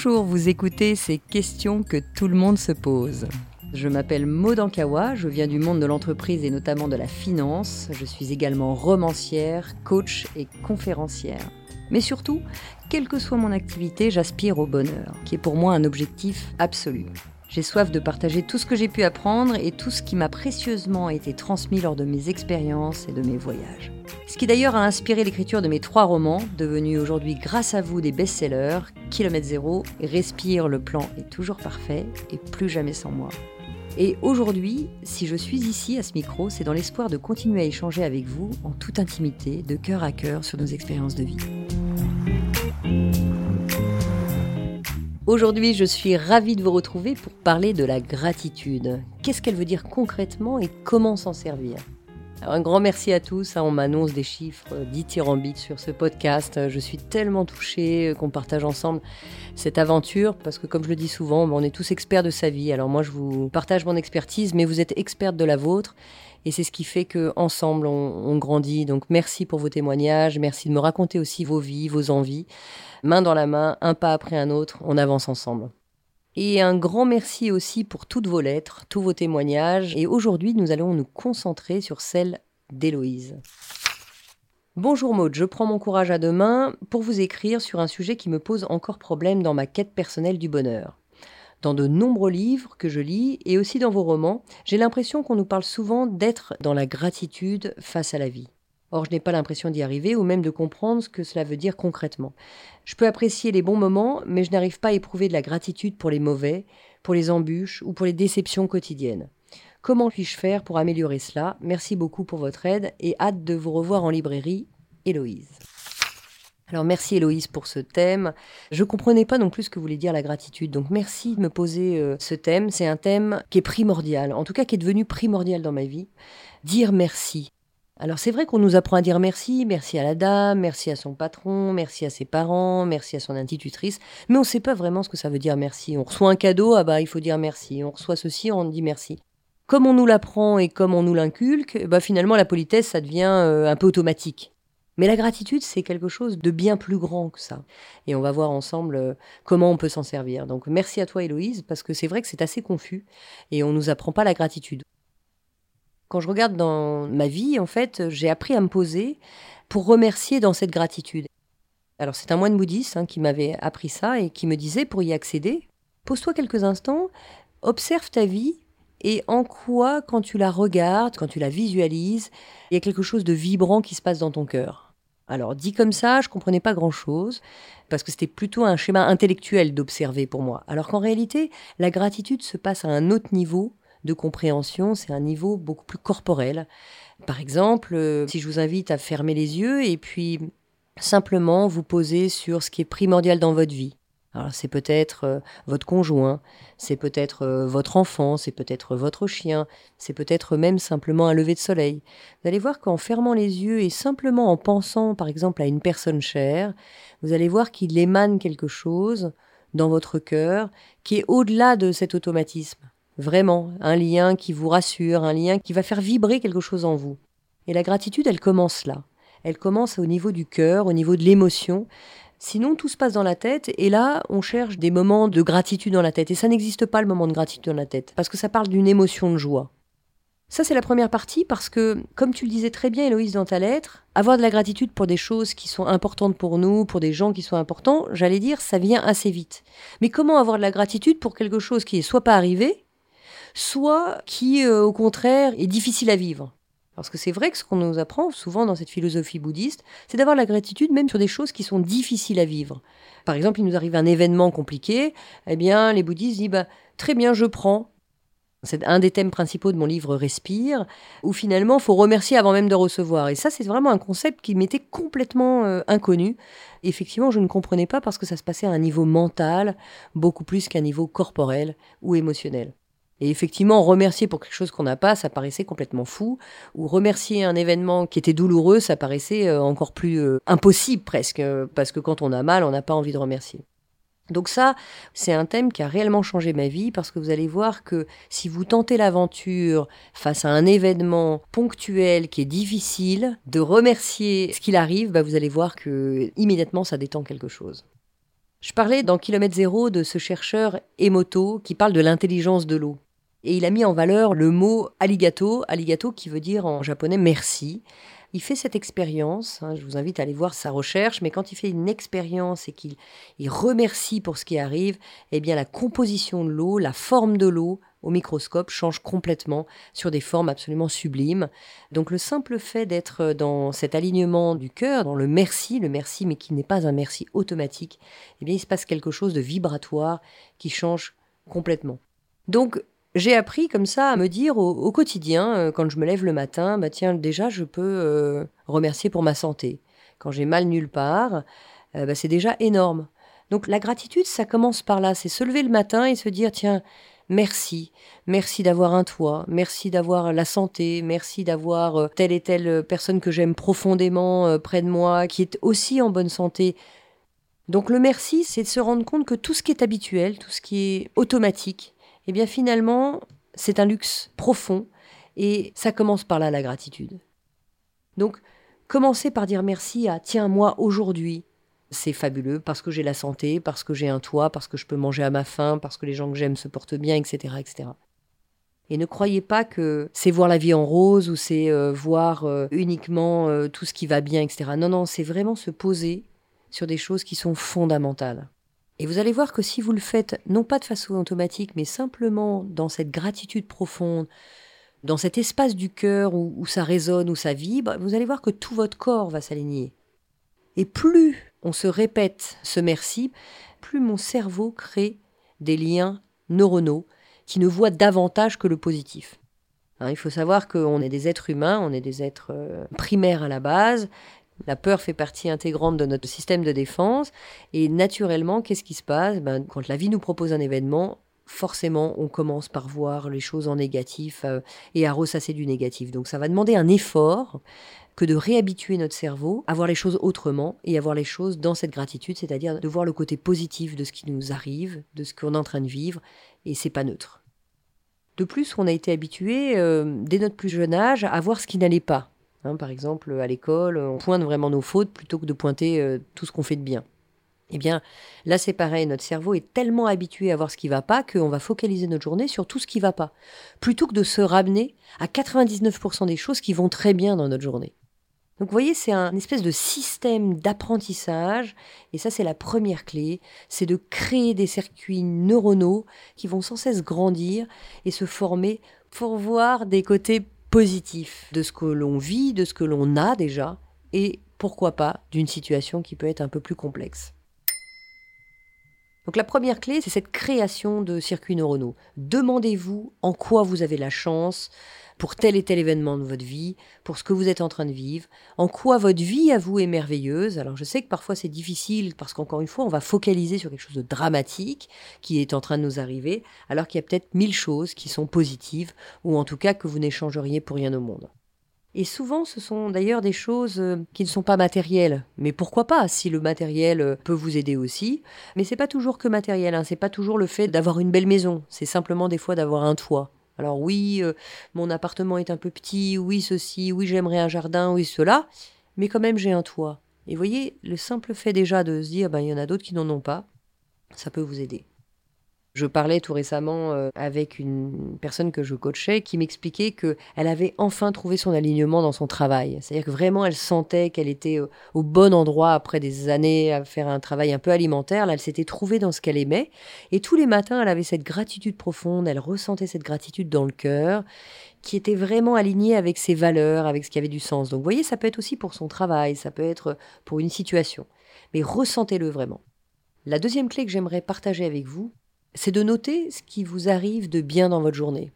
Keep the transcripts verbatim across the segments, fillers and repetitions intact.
Bonjour, vous écoutez ces questions que tout le monde se pose. Je m'appelle Maud Ankawa, je viens du monde de l'entreprise et notamment de la finance. Je suis également romancière, coach et conférencière. Mais surtout, quelle que soit mon activité, j'aspire au bonheur, qui est pour moi un objectif absolu. J'ai soif de partager tout ce que j'ai pu apprendre et tout ce qui m'a précieusement été transmis lors de mes expériences et de mes voyages. Ce qui d'ailleurs a inspiré l'écriture de mes trois romans, devenus aujourd'hui grâce à vous des best-sellers, Kilomètre Zéro, Respire, le plan est toujours parfait et Plus jamais sans moi. Et aujourd'hui, si je suis ici à ce micro, c'est dans l'espoir de continuer à échanger avec vous en toute intimité, de cœur à cœur sur nos expériences de vie. Aujourd'hui, je suis ravie de vous retrouver pour parler de la gratitude. Qu'est-ce qu'elle veut dire concrètement et comment s'en servir ? Alors, un grand merci à tous, on m'annonce des chiffres dithyrambiques sur ce podcast. Je suis tellement touchée qu'on partage ensemble cette aventure parce que, comme je le dis souvent, on est tous experts de sa vie. Alors moi, je vous partage mon expertise, mais vous êtes expertes de la vôtre. Et c'est ce qui fait qu'ensemble, on, on grandit. Donc merci pour vos témoignages, merci de me raconter aussi vos vies, vos envies. Main dans la main, un pas après un autre, on avance ensemble. Et un grand merci aussi pour toutes vos lettres, tous vos témoignages. Et aujourd'hui, nous allons nous concentrer sur celle d'Héloïse. Bonjour Maud, je prends mon courage à deux mains pour vous écrire sur un sujet qui me pose encore problème dans ma quête personnelle du bonheur. Dans de nombreux livres que je lis et aussi dans vos romans, j'ai l'impression qu'on nous parle souvent d'être dans la gratitude face à la vie. Or, je n'ai pas l'impression d'y arriver ou même de comprendre ce que cela veut dire concrètement. Je peux apprécier les bons moments, mais je n'arrive pas à éprouver de la gratitude pour les mauvais, pour les embûches ou pour les déceptions quotidiennes. Comment puis-je faire pour améliorer cela ? Merci beaucoup pour votre aide et hâte de vous revoir en librairie, Héloïse. Alors merci Héloïse pour ce thème. Je ne comprenais pas non plus ce que voulait dire la gratitude, donc merci de me poser euh, ce thème. C'est un thème qui est primordial, en tout cas qui est devenu primordial dans ma vie. Dire merci. Alors c'est vrai qu'on nous apprend à dire merci, merci à la dame, merci à son patron, merci à ses parents, merci à son institutrice, mais on ne sait pas vraiment ce que ça veut dire merci. On reçoit un cadeau, ah bah il faut dire merci, on reçoit ceci, on dit merci. Comme on nous l'apprend et comme on nous l'inculque, bah finalement la politesse ça devient euh, un peu automatique. Mais la gratitude c'est quelque chose de bien plus grand que ça. Et on va voir ensemble euh, comment on peut s'en servir. Donc merci à toi Héloïse, parce que c'est vrai que c'est assez confus et on ne nous apprend pas la gratitude. Quand je regarde dans ma vie, en fait, j'ai appris à me poser pour remercier dans cette gratitude. Alors c'est un moine bouddhiste hein, qui m'avait appris ça et qui me disait, pour y accéder, pose-toi quelques instants, observe ta vie et en quoi, quand tu la regardes, quand tu la visualises, il y a quelque chose de vibrant qui se passe dans ton cœur. Alors dit comme ça, je ne comprenais pas grand-chose, parce que c'était plutôt un schéma intellectuel d'observer pour moi. Alors qu'en réalité, la gratitude se passe à un autre niveau de compréhension, c'est un niveau beaucoup plus corporel. Par exemple, euh, si je vous invite à fermer les yeux et puis simplement vous poser sur ce qui est primordial dans votre vie. Alors c'est peut-être euh, votre conjoint, c'est peut-être euh, votre enfant, c'est peut-être votre chien, c'est peut-être même simplement un lever de soleil. Vous allez voir qu'en fermant les yeux et simplement en pensant par exemple à une personne chère, vous allez voir qu'il émane quelque chose dans votre cœur qui est au-delà de cet automatisme. Vraiment, un lien qui vous rassure, un lien qui va faire vibrer quelque chose en vous. Et la gratitude, elle commence là. Elle commence au niveau du cœur, au niveau de l'émotion. Sinon, tout se passe dans la tête, et là, on cherche des moments de gratitude dans la tête. Et ça n'existe pas, le moment de gratitude dans la tête, parce que ça parle d'une émotion de joie. Ça, c'est la première partie, parce que, comme tu le disais très bien, Héloïse, dans ta lettre, avoir de la gratitude pour des choses qui sont importantes pour nous, pour des gens qui sont importants, j'allais dire, ça vient assez vite. Mais comment avoir de la gratitude pour quelque chose qui est soit pas arrivé, soit qui, euh, au contraire, est difficile à vivre. Parce que c'est vrai que ce qu'on nous apprend souvent dans cette philosophie bouddhiste, c'est d'avoir la gratitude même sur des choses qui sont difficiles à vivre. Par exemple, il nous arrive un événement compliqué, eh bien, les bouddhistes disent bah, « très bien, je prends ». C'est un des thèmes principaux de mon livre « Respire », où finalement, il faut remercier avant même de recevoir. Et ça, c'est vraiment un concept qui m'était complètement euh, inconnu. Effectivement, je ne comprenais pas parce que ça se passait à un niveau mental, beaucoup plus qu'à un niveau corporel ou émotionnel. Et effectivement, remercier pour quelque chose qu'on n'a pas, ça paraissait complètement fou. Ou remercier un événement qui était douloureux, ça paraissait euh, encore plus euh, impossible presque. Euh, parce que quand on a mal, on n'a pas envie de remercier. Donc ça, c'est un thème qui a réellement changé ma vie parce que vous allez voir que si vous tentez l'aventure face à un événement ponctuel qui est difficile, de remercier ce qu'il arrive, bah vous allez voir que immédiatement ça détend quelque chose. Je parlais dans Kilomètre Zéro de ce chercheur Emoto qui parle de l'intelligence de l'eau. Et il a mis en valeur le mot arigato, arigato qui veut dire en japonais merci. Il fait cette expérience, hein, je vous invite à aller voir sa recherche, mais quand il fait une expérience et qu'il il remercie pour ce qui arrive, eh bien la composition de l'eau, la forme de l'eau au microscope change complètement sur des formes absolument sublimes. Donc le simple fait d'être dans cet alignement du cœur, dans le merci, le merci mais qui n'est pas un merci automatique, eh bien il se passe quelque chose de vibratoire qui change complètement. Donc j'ai appris comme ça à me dire au, au quotidien, euh, quand je me lève le matin, bah tiens, déjà je peux euh, remercier pour ma santé. Quand j'ai mal nulle part, euh, bah, c'est déjà énorme. Donc la gratitude, ça commence par là, c'est se lever le matin et se dire tiens, merci, merci d'avoir un toit, merci d'avoir la santé, merci d'avoir euh, telle et telle personne que j'aime profondément euh, près de moi, qui est aussi en bonne santé. Donc le merci, c'est de se rendre compte que tout ce qui est habituel, tout ce qui est automatique, eh bien finalement, c'est un luxe profond et ça commence par là, la gratitude. Donc, commencez par dire merci à « tiens, moi, aujourd'hui, c'est fabuleux parce que j'ai la santé, parce que j'ai un toit, parce que je peux manger à ma faim, parce que les gens que j'aime se portent bien, et cetera et cetera » Et ne croyez pas que c'est voir la vie en rose ou c'est euh, voir euh, uniquement euh, tout ce qui va bien, et cetera. Non, non, c'est vraiment se poser sur des choses qui sont fondamentales. Et vous allez voir que si vous le faites, non pas de façon automatique, mais simplement dans cette gratitude profonde, dans cet espace du cœur où, où ça résonne, où ça vibre, vous allez voir que tout votre corps va s'aligner. Et plus on se répète ce merci, plus mon cerveau crée des liens neuronaux qui ne voient davantage que le positif. Hein, il faut savoir qu'on est des êtres humains, on est des êtres euh, primaires à la base. La peur fait partie intégrante de notre système de défense. Et naturellement, qu'est-ce qui se passe ? Ben, quand la vie nous propose un événement, forcément, on commence par voir les choses en négatif euh, et à ressasser du négatif. Donc ça va demander un effort que de réhabituer notre cerveau à voir les choses autrement et à voir les choses dans cette gratitude, c'est-à-dire de voir le côté positif de ce qui nous arrive, de ce qu'on est en train de vivre, et c'est pas neutre. De plus, on a été habitué, euh, dès notre plus jeune âge, à voir ce qui n'allait pas. Hein, par exemple, à l'école, on pointe vraiment nos fautes plutôt que de pointer euh, tout ce qu'on fait de bien. Eh bien, là c'est pareil, notre cerveau est tellement habitué à voir ce qui ne va pas qu'on va focaliser notre journée sur tout ce qui ne va pas, plutôt que de se ramener à quatre-vingt-dix-neuf pour cent des choses qui vont très bien dans notre journée. Donc vous voyez, c'est un espèce de système d'apprentissage, et ça c'est la première clé, c'est de créer des circuits neuronaux qui vont sans cesse grandir et se former pour voir des côtés positifs de ce que l'on vit, de ce que l'on a déjà, et pourquoi pas d'une situation qui peut être un peu plus complexe. Donc la première clé, c'est cette création de circuits neuronaux. Demandez-vous en quoi vous avez la chance pour tel et tel événement de votre vie, pour ce que vous êtes en train de vivre, en quoi votre vie à vous est merveilleuse. Alors je sais que parfois c'est difficile parce qu'encore une fois, on va focaliser sur quelque chose de dramatique qui est en train de nous arriver, alors qu'il y a peut-être mille choses qui sont positives ou en tout cas que vous n'échangeriez pour rien au monde. Et souvent, ce sont d'ailleurs des choses qui ne sont pas matérielles. Mais pourquoi pas, si le matériel peut vous aider aussi. Mais c'est pas toujours que matériel, hein. C'est pas toujours le fait d'avoir une belle maison. C'est simplement des fois d'avoir un toit. Alors oui, euh, mon appartement est un peu petit, oui ceci, oui j'aimerais un jardin, oui cela. Mais quand même, j'ai un toit. Et vous voyez, le simple fait déjà de se dire, ben, il y en a d'autres qui n'en ont pas, ça peut vous aider. Je parlais tout récemment euh, avec une personne que je coachais qui m'expliquait qu'elle avait enfin trouvé son alignement dans son travail. C'est-à-dire que vraiment, elle sentait qu'elle était euh, au bon endroit après des années à faire un travail un peu alimentaire. Là, elle s'était trouvée dans ce qu'elle aimait. Et tous les matins, elle avait cette gratitude profonde. Elle ressentait cette gratitude dans le cœur qui était vraiment alignée avec ses valeurs, avec ce qui avait du sens. Donc, vous voyez, ça peut être aussi pour son travail, ça peut être pour une situation. Mais ressentez-le vraiment. La deuxième clé que j'aimerais partager avec vous, c'est de noter ce qui vous arrive de bien dans votre journée.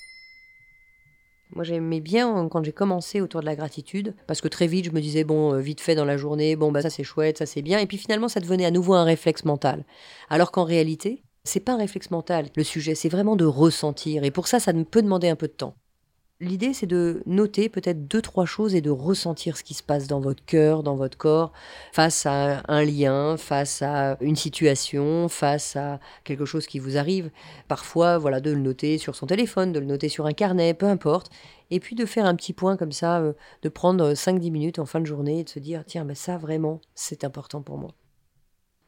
Moi, j'aimais bien quand j'ai commencé autour de la gratitude, parce que très vite, je me disais, bon, vite fait dans la journée, bon, bah ça c'est chouette, ça c'est bien, et puis finalement, ça devenait à nouveau un réflexe mental. Alors qu'en réalité, c'est pas un réflexe mental, le sujet, c'est vraiment de ressentir, et pour ça, ça peut demander un peu de temps. L'idée, c'est de noter peut-être deux, trois choses et de ressentir ce qui se passe dans votre cœur, dans votre corps, face à un lien, face à une situation, face à quelque chose qui vous arrive. Parfois, voilà, de le noter sur son téléphone, de le noter sur un carnet, peu importe. Et puis de faire un petit point comme ça, euh, de prendre cinq dix minutes en fin de journée et de se dire, tiens, ben ça vraiment, c'est important pour moi.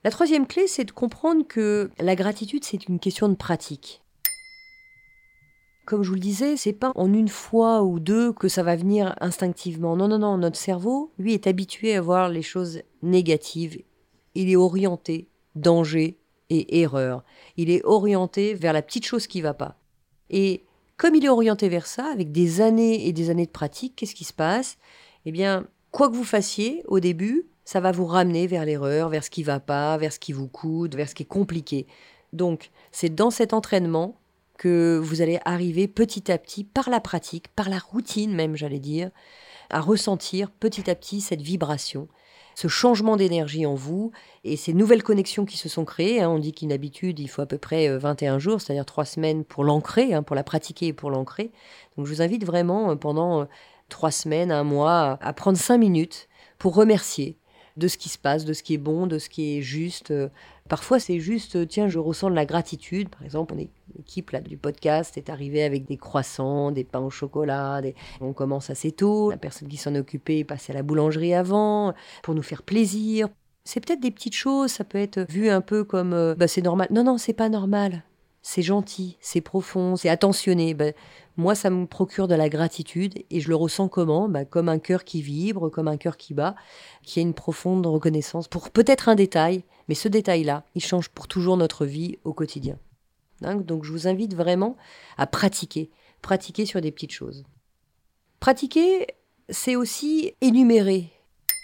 La troisième clé, c'est de comprendre que la gratitude, c'est une question de pratique. Comme je vous le disais, c'est pas en une fois ou deux que ça va venir instinctivement. Non, non, non, notre cerveau, lui, est habitué à voir les choses négatives. Il est orienté danger et erreur. Il est orienté vers la petite chose qui ne va pas. Et comme il est orienté vers ça, avec des années et des années de pratique, qu'est-ce qui se passe ? Eh bien, quoi que vous fassiez au début, ça va vous ramener vers l'erreur, vers ce qui ne va pas, vers ce qui vous coûte, vers ce qui est compliqué. Donc, c'est dans cet entraînement que vous allez arriver petit à petit, par la pratique, par la routine même, j'allais dire, à ressentir petit à petit cette vibration, ce changement d'énergie en vous et ces nouvelles connexions qui se sont créées. Hein. On dit qu'une habitude, il faut à peu près vingt et un jours, c'est-à-dire trois semaines pour l'ancrer, hein, pour la pratiquer et pour l'ancrer. Donc je vous invite vraiment pendant trois semaines, un mois, à prendre cinq minutes pour remercier de ce qui se passe, de ce qui est bon, de ce qui est juste. Parfois, c'est juste, tiens, je ressens de la gratitude. Par exemple, on est l'équipe là, du podcast est arrivée avec des croissants, des pains au chocolat. Des... On commence assez tôt. La personne qui s'en est occupée est passée à la boulangerie avant pour nous faire plaisir. C'est peut-être des petites choses, ça peut être vu un peu comme euh, bah, c'est normal. Non, non, c'est pas normal. C'est gentil, c'est profond, c'est attentionné. Ben, moi, ça me procure de la gratitude et je le ressens comment ? Ben, comme un cœur qui vibre, comme un cœur qui bat, qui a une profonde reconnaissance pour peut-être un détail, mais ce détail-là, il change pour toujours notre vie au quotidien. Hein, donc, je vous invite vraiment à pratiquer, pratiquer sur des petites choses. Pratiquer, c'est aussi énumérer.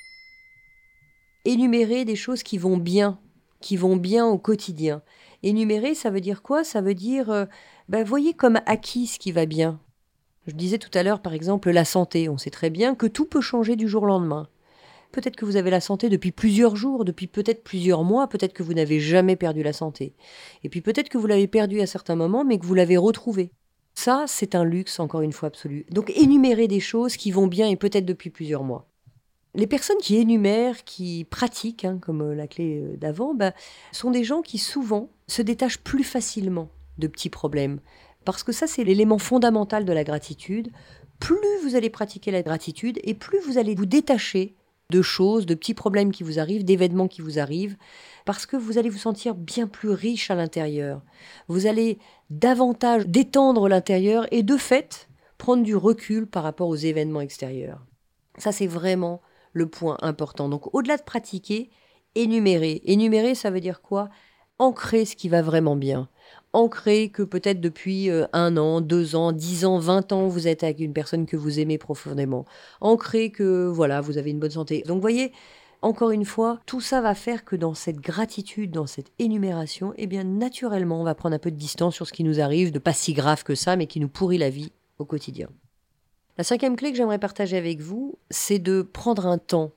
Énumérer des choses qui vont bien, qui vont bien au quotidien. Énumérer, ça veut dire quoi ? Ça veut dire, euh, ben, voyez comme acquis ce qui va bien. Je disais tout à l'heure, par exemple, la santé. On sait très bien que tout peut changer du jour au lendemain. Peut-être que vous avez la santé depuis plusieurs jours, depuis peut-être plusieurs mois, peut-être que vous n'avez jamais perdu la santé. Et puis peut-être que vous l'avez perdue à certains moments, mais que vous l'avez retrouvée. Ça, c'est un luxe, encore une fois, absolu. Donc énumérer des choses qui vont bien et peut-être depuis plusieurs mois. Les personnes qui énumèrent, qui pratiquent, hein, comme la clé d'avant, bah, sont des gens qui souvent se détachent plus facilement de petits problèmes. Parce que ça, c'est l'élément fondamental de la gratitude. Plus vous allez pratiquer la gratitude et plus vous allez vous détacher de choses, de petits problèmes qui vous arrivent, d'événements qui vous arrivent, parce que vous allez vous sentir bien plus riche à l'intérieur. Vous allez davantage détendre l'intérieur et de fait, prendre du recul par rapport aux événements extérieurs. Ça, c'est vraiment le point important. Donc, au-delà de pratiquer, énumérer. Énumérer, ça veut dire quoi ? Ancrer ce qui va vraiment bien. Ancrer que peut-être depuis un an, deux ans, dix ans, vingt ans, vous êtes avec une personne que vous aimez profondément. Ancrer que, voilà, vous avez une bonne santé. Donc, vous voyez, encore une fois, tout ça va faire que dans cette gratitude, dans cette énumération, eh bien, naturellement, on va prendre un peu de distance sur ce qui nous arrive, de pas si grave que ça, mais qui nous pourrit la vie au quotidien. La cinquième clé que j'aimerais partager avec vous, c'est de prendre un temps.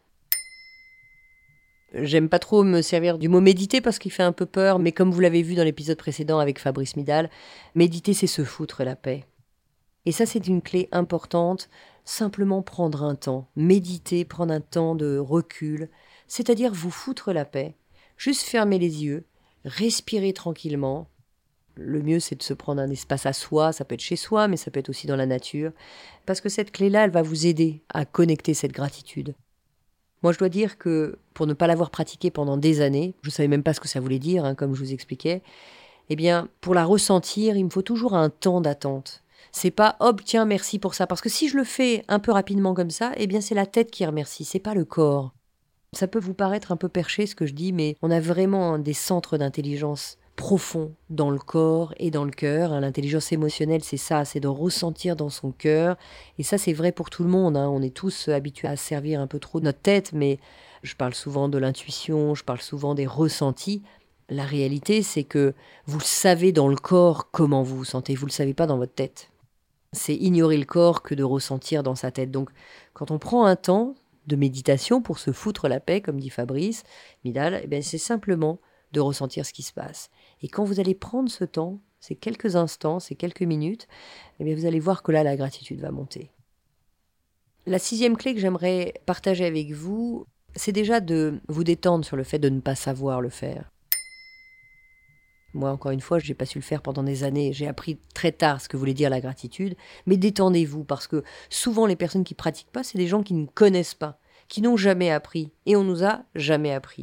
J'aime pas trop me servir du mot méditer parce qu'il fait un peu peur, mais comme vous l'avez vu dans l'épisode précédent avec Fabrice Midal, méditer, c'est se foutre la paix. Et ça, c'est une clé importante, simplement prendre un temps. Méditer, prendre un temps de recul, c'est-à-dire vous foutre la paix, juste fermer les yeux, respirer tranquillement. Le mieux, c'est de se prendre un espace à soi, ça peut être chez soi, mais ça peut être aussi dans la nature, parce que cette clé-là, elle va vous aider à connecter cette gratitude. Moi, je dois dire que, pour ne pas l'avoir pratiquée pendant des années, je ne savais même pas ce que ça voulait dire, hein, comme je vous expliquais, eh bien, pour la ressentir, il me faut toujours un temps d'attente. C'est pas « hop, tiens, merci pour ça », parce que si je le fais un peu rapidement comme ça, eh bien, c'est la tête qui remercie, c'est pas le corps. Ça peut vous paraître un peu perché, ce que je dis, mais on a vraiment des centres d'intelligence profond dans le corps et dans le cœur. L'intelligence émotionnelle, c'est ça, c'est de ressentir dans son cœur. Et ça, c'est vrai pour tout le monde. Hein. On est tous habitués à servir un peu trop notre tête, mais je parle souvent de l'intuition, je parle souvent des ressentis. La réalité, c'est que vous le savez dans le corps comment vous vous sentez, vous ne le savez pas dans votre tête. C'est ignorer le corps que de ressentir dans sa tête. Donc, quand on prend un temps de méditation pour se foutre la paix, comme dit Fabrice Midal, eh bien, c'est simplement de ressentir ce qui se passe. Et quand vous allez prendre ce temps, ces quelques instants, ces quelques minutes, eh bien vous allez voir que là, la gratitude va monter. La sixième clé que j'aimerais partager avec vous, c'est déjà de vous détendre sur le fait de ne pas savoir le faire. Moi, encore une fois, je n'ai pas su le faire pendant des années. J'ai appris très tard ce que voulait dire la gratitude. Mais détendez-vous, parce que souvent, les personnes qui ne pratiquent pas, c'est des gens qui ne connaissent pas, qui n'ont jamais appris. Et on nous a jamais appris.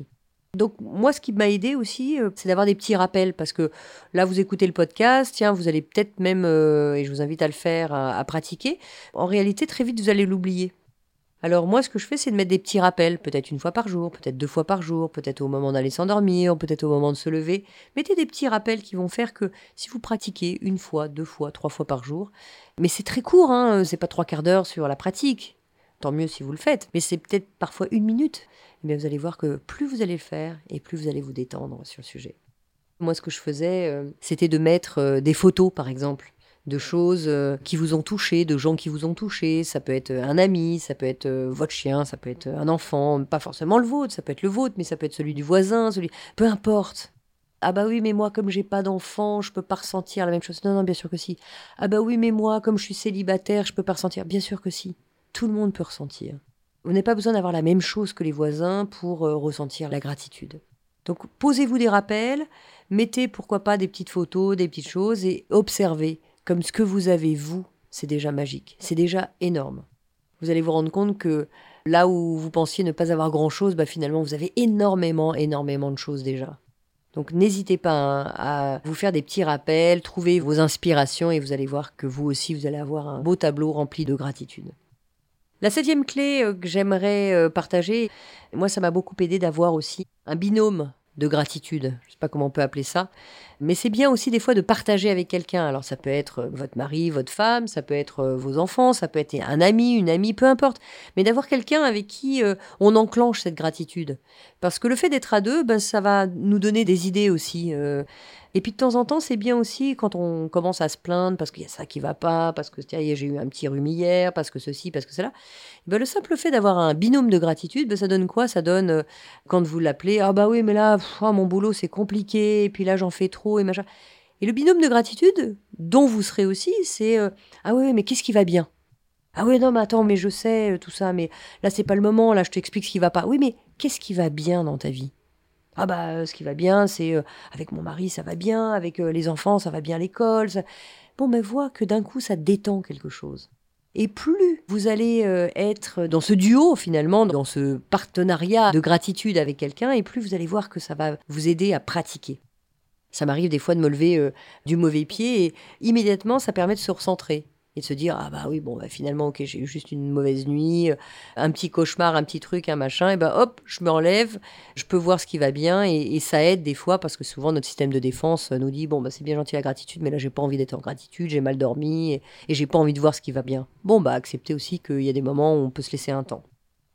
Donc moi, ce qui m'a aidé aussi, euh, c'est d'avoir des petits rappels parce que là, vous écoutez le podcast, tiens, vous allez peut-être même, euh, et je vous invite à le faire, à, à pratiquer. En réalité, très vite, vous allez l'oublier. Alors moi, ce que je fais, c'est de mettre des petits rappels, peut-être une fois par jour, peut-être deux fois par jour, peut-être au moment d'aller s'endormir, peut-être au moment de se lever. Mettez des petits rappels qui vont faire que si vous pratiquez une fois, deux fois, trois fois par jour, mais c'est très court, hein, c'est pas trois quarts d'heure sur la pratique. Tant mieux si vous le faites, mais c'est peut-être parfois une minute. Eh bien, vous allez voir que plus vous allez le faire et plus vous allez vous détendre sur le sujet. Moi, ce que je faisais, euh, c'était de mettre euh, des photos, par exemple, de choses euh, qui vous ont touché, de gens qui vous ont touché. Ça peut être un ami, ça peut être euh, votre chien, ça peut être un enfant, pas forcément le vôtre, ça peut être le vôtre, mais ça peut être celui du voisin, celui... Peu importe. Ah bah oui, mais moi, comme j'ai pas d'enfant, je peux pas ressentir la même chose. Non, non, bien sûr que si. Ah bah oui, mais moi, comme je suis célibataire, je peux pas ressentir. Bien sûr que si. Tout le monde peut ressentir. Vous n'avez pas besoin d'avoir la même chose que les voisins pour euh, ressentir la gratitude. Donc, posez-vous des rappels, mettez pourquoi pas des petites photos, des petites choses et observez comme ce que vous avez, vous, c'est déjà magique. C'est déjà énorme. Vous allez vous rendre compte que là où vous pensiez ne pas avoir grand-chose, bah finalement, vous avez énormément, énormément de choses déjà. Donc, n'hésitez pas hein, à vous faire des petits rappels, trouver vos inspirations et vous allez voir que vous aussi, vous allez avoir un beau tableau rempli de gratitude. La septième clé que j'aimerais partager, moi ça m'a beaucoup aidé d'avoir aussi un binôme de gratitude. Je ne sais pas comment on peut appeler ça, mais c'est bien aussi des fois de partager avec quelqu'un. Alors ça peut être votre mari, votre femme, ça peut être vos enfants, ça peut être un ami, une amie, peu importe. Mais d'avoir quelqu'un avec qui on enclenche cette gratitude. Parce que le fait d'être à deux, ben, ça va nous donner des idées aussi. Et puis de temps en temps, c'est bien aussi quand on commence à se plaindre parce qu'il y a ça qui va pas, parce que tiens, j'ai eu un petit rhume hier, parce que ceci, parce que cela. Ben, le simple fait d'avoir un binôme de gratitude, ben, ça donne quoi? Ça donne, euh, quand vous l'appelez, ah bah oui, mais là, pff, oh, mon boulot c'est compliqué, et puis là j'en fais trop, et machin. Et le binôme de gratitude, dont vous serez aussi, c'est, euh, ah oui, mais qu'est-ce qui va bien? Ah oui, non, mais attends, mais je sais, euh, tout ça, mais là c'est pas le moment, là je t'explique ce qui va pas. Oui, mais qu'est-ce qui va bien dans ta vie? Ah bah, euh, ce qui va bien, c'est euh, avec mon mari, ça va bien, avec euh, les enfants, ça va bien à l'école. Ça... Bon, ben vois que d'un coup, ça détend quelque chose. Et plus vous allez euh, être dans ce duo, finalement, dans ce partenariat de gratitude avec quelqu'un, et plus vous allez voir que ça va vous aider à pratiquer. Ça m'arrive des fois de me lever euh, du mauvais pied, et immédiatement, ça permet de se recentrer. Et de se dire, ah bah oui, bon, bah finalement, ok, j'ai eu juste une mauvaise nuit, un petit cauchemar, un petit truc, un machin, et ben bah, hop, je me relève, je peux voir ce qui va bien, et, et ça aide des fois, parce que souvent, notre système de défense nous dit, bon, bah c'est bien gentil la gratitude, mais là, j'ai pas envie d'être en gratitude, j'ai mal dormi, et, et j'ai pas envie de voir ce qui va bien. Bon, bah acceptez aussi qu'il y a des moments où on peut se laisser un temps.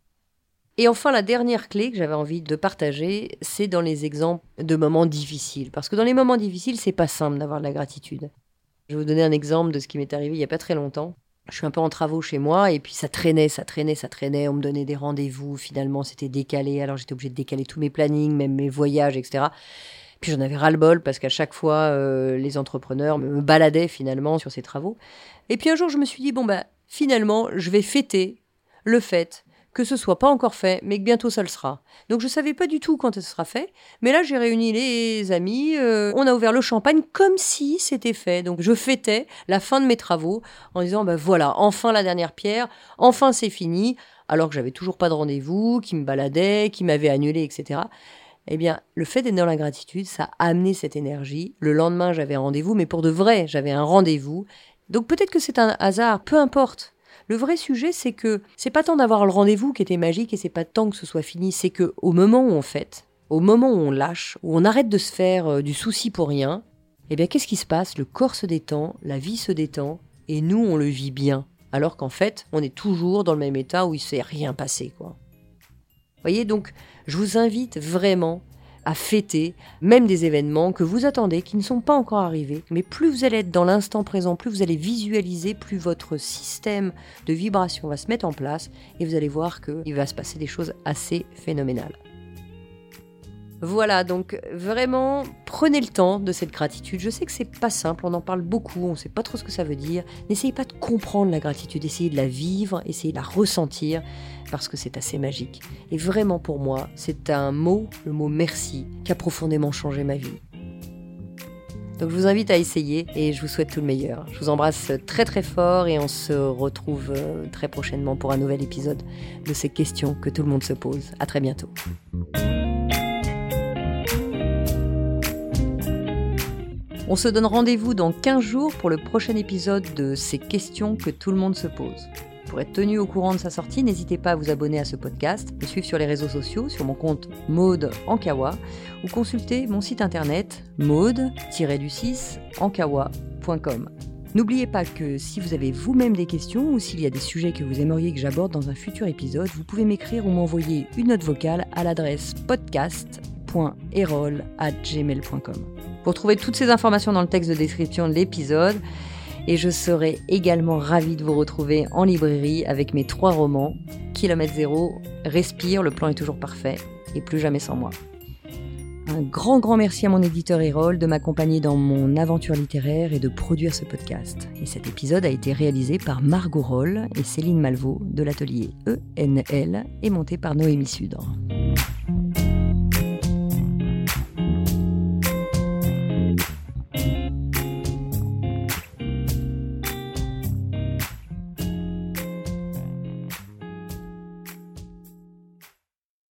Et enfin, la dernière clé que j'avais envie de partager, c'est dans les exemples de moments difficiles. Parce que dans les moments difficiles, c'est pas simple d'avoir de la gratitude. Je vais vous donner un exemple de ce qui m'est arrivé il n'y a pas très longtemps. Je suis un peu en travaux chez moi et puis ça traînait, ça traînait, ça traînait. On me donnait des rendez-vous, finalement c'était décalé. Alors j'étais obligée de décaler tous mes plannings, même mes voyages, et cetera. Puis j'en avais ras-le-bol parce qu'à chaque fois, euh, les entrepreneurs me baladaient finalement sur ces travaux. Et puis un jour, je me suis dit, bon bah finalement, je vais fêter le fait que ce soit pas encore fait, mais que bientôt ça le sera. Donc je savais pas du tout quand ce sera fait, mais là j'ai réuni les amis, euh, on a ouvert le champagne comme si c'était fait. Donc je fêtais la fin de mes travaux en disant, ben voilà, enfin la dernière pierre, enfin c'est fini, alors que j'avais toujours pas de rendez-vous, qui me baladait, qui m'avait annulé, et cetera. Eh bien, le fait d'être dans la gratitude, ça a amené cette énergie. Le lendemain, j'avais un rendez-vous, mais pour de vrai, j'avais un rendez-vous. Donc peut-être que c'est un hasard, peu importe. Le vrai sujet, c'est que c'est pas tant d'avoir le rendez-vous qui était magique et c'est pas tant que ce soit fini, c'est que au moment où on fête, au moment où on lâche, où on arrête de se faire euh, du souci pour rien, eh bien qu'est-ce qui se passe? Le corps se détend, la vie se détend et nous on le vit bien, alors qu'en fait on est toujours dans le même état où il s'est rien passé, quoi. Vous voyez, donc je vous invite vraiment à fêter même des événements que vous attendez, qui ne sont pas encore arrivés. Mais plus vous allez être dans l'instant présent, plus vous allez visualiser, plus votre système de vibration va se mettre en place et vous allez voir qu'il va se passer des choses assez phénoménales. Voilà, donc vraiment, prenez le temps de cette gratitude. Je sais que c'est pas simple, on en parle beaucoup, on sait pas trop ce que ça veut dire. N'essayez pas de comprendre la gratitude, essayez de la vivre, essayez de la ressentir, parce que c'est assez magique. Et vraiment pour moi, c'est un mot, le mot merci, qui a profondément changé ma vie. Donc je vous invite à essayer et je vous souhaite tout le meilleur. Je vous embrasse très très fort et on se retrouve très prochainement pour un nouvel épisode de ces questions que tout le monde se pose. À très bientôt. On se donne rendez-vous dans quinze jours pour le prochain épisode de Ces questions que tout le monde se pose. Pour être tenu au courant de sa sortie, n'hésitez pas à vous abonner à ce podcast, me suivre sur les réseaux sociaux, sur mon compte Maud Ankawa, ou consulter mon site internet maud tiret six ankawa point com. N'oubliez pas que si vous avez vous-même des questions ou s'il y a des sujets que vous aimeriez que j'aborde dans un futur épisode, vous pouvez m'écrire ou m'envoyer une note vocale à l'adresse podcast point erol arobase gmail point com. Vous retrouvez toutes ces informations dans le texte de description de l'épisode et je serai également ravie de vous retrouver en librairie avec mes trois romans Kilomètre Zéro, Respire, le plan est toujours parfait et Plus jamais sans moi. Un grand grand merci à mon éditeur Erol de m'accompagner dans mon aventure littéraire et de produire ce podcast. Et cet épisode a été réalisé par Margot Roll et Céline Malvaux de l'atelier E N L et monté par Noémie Sudre.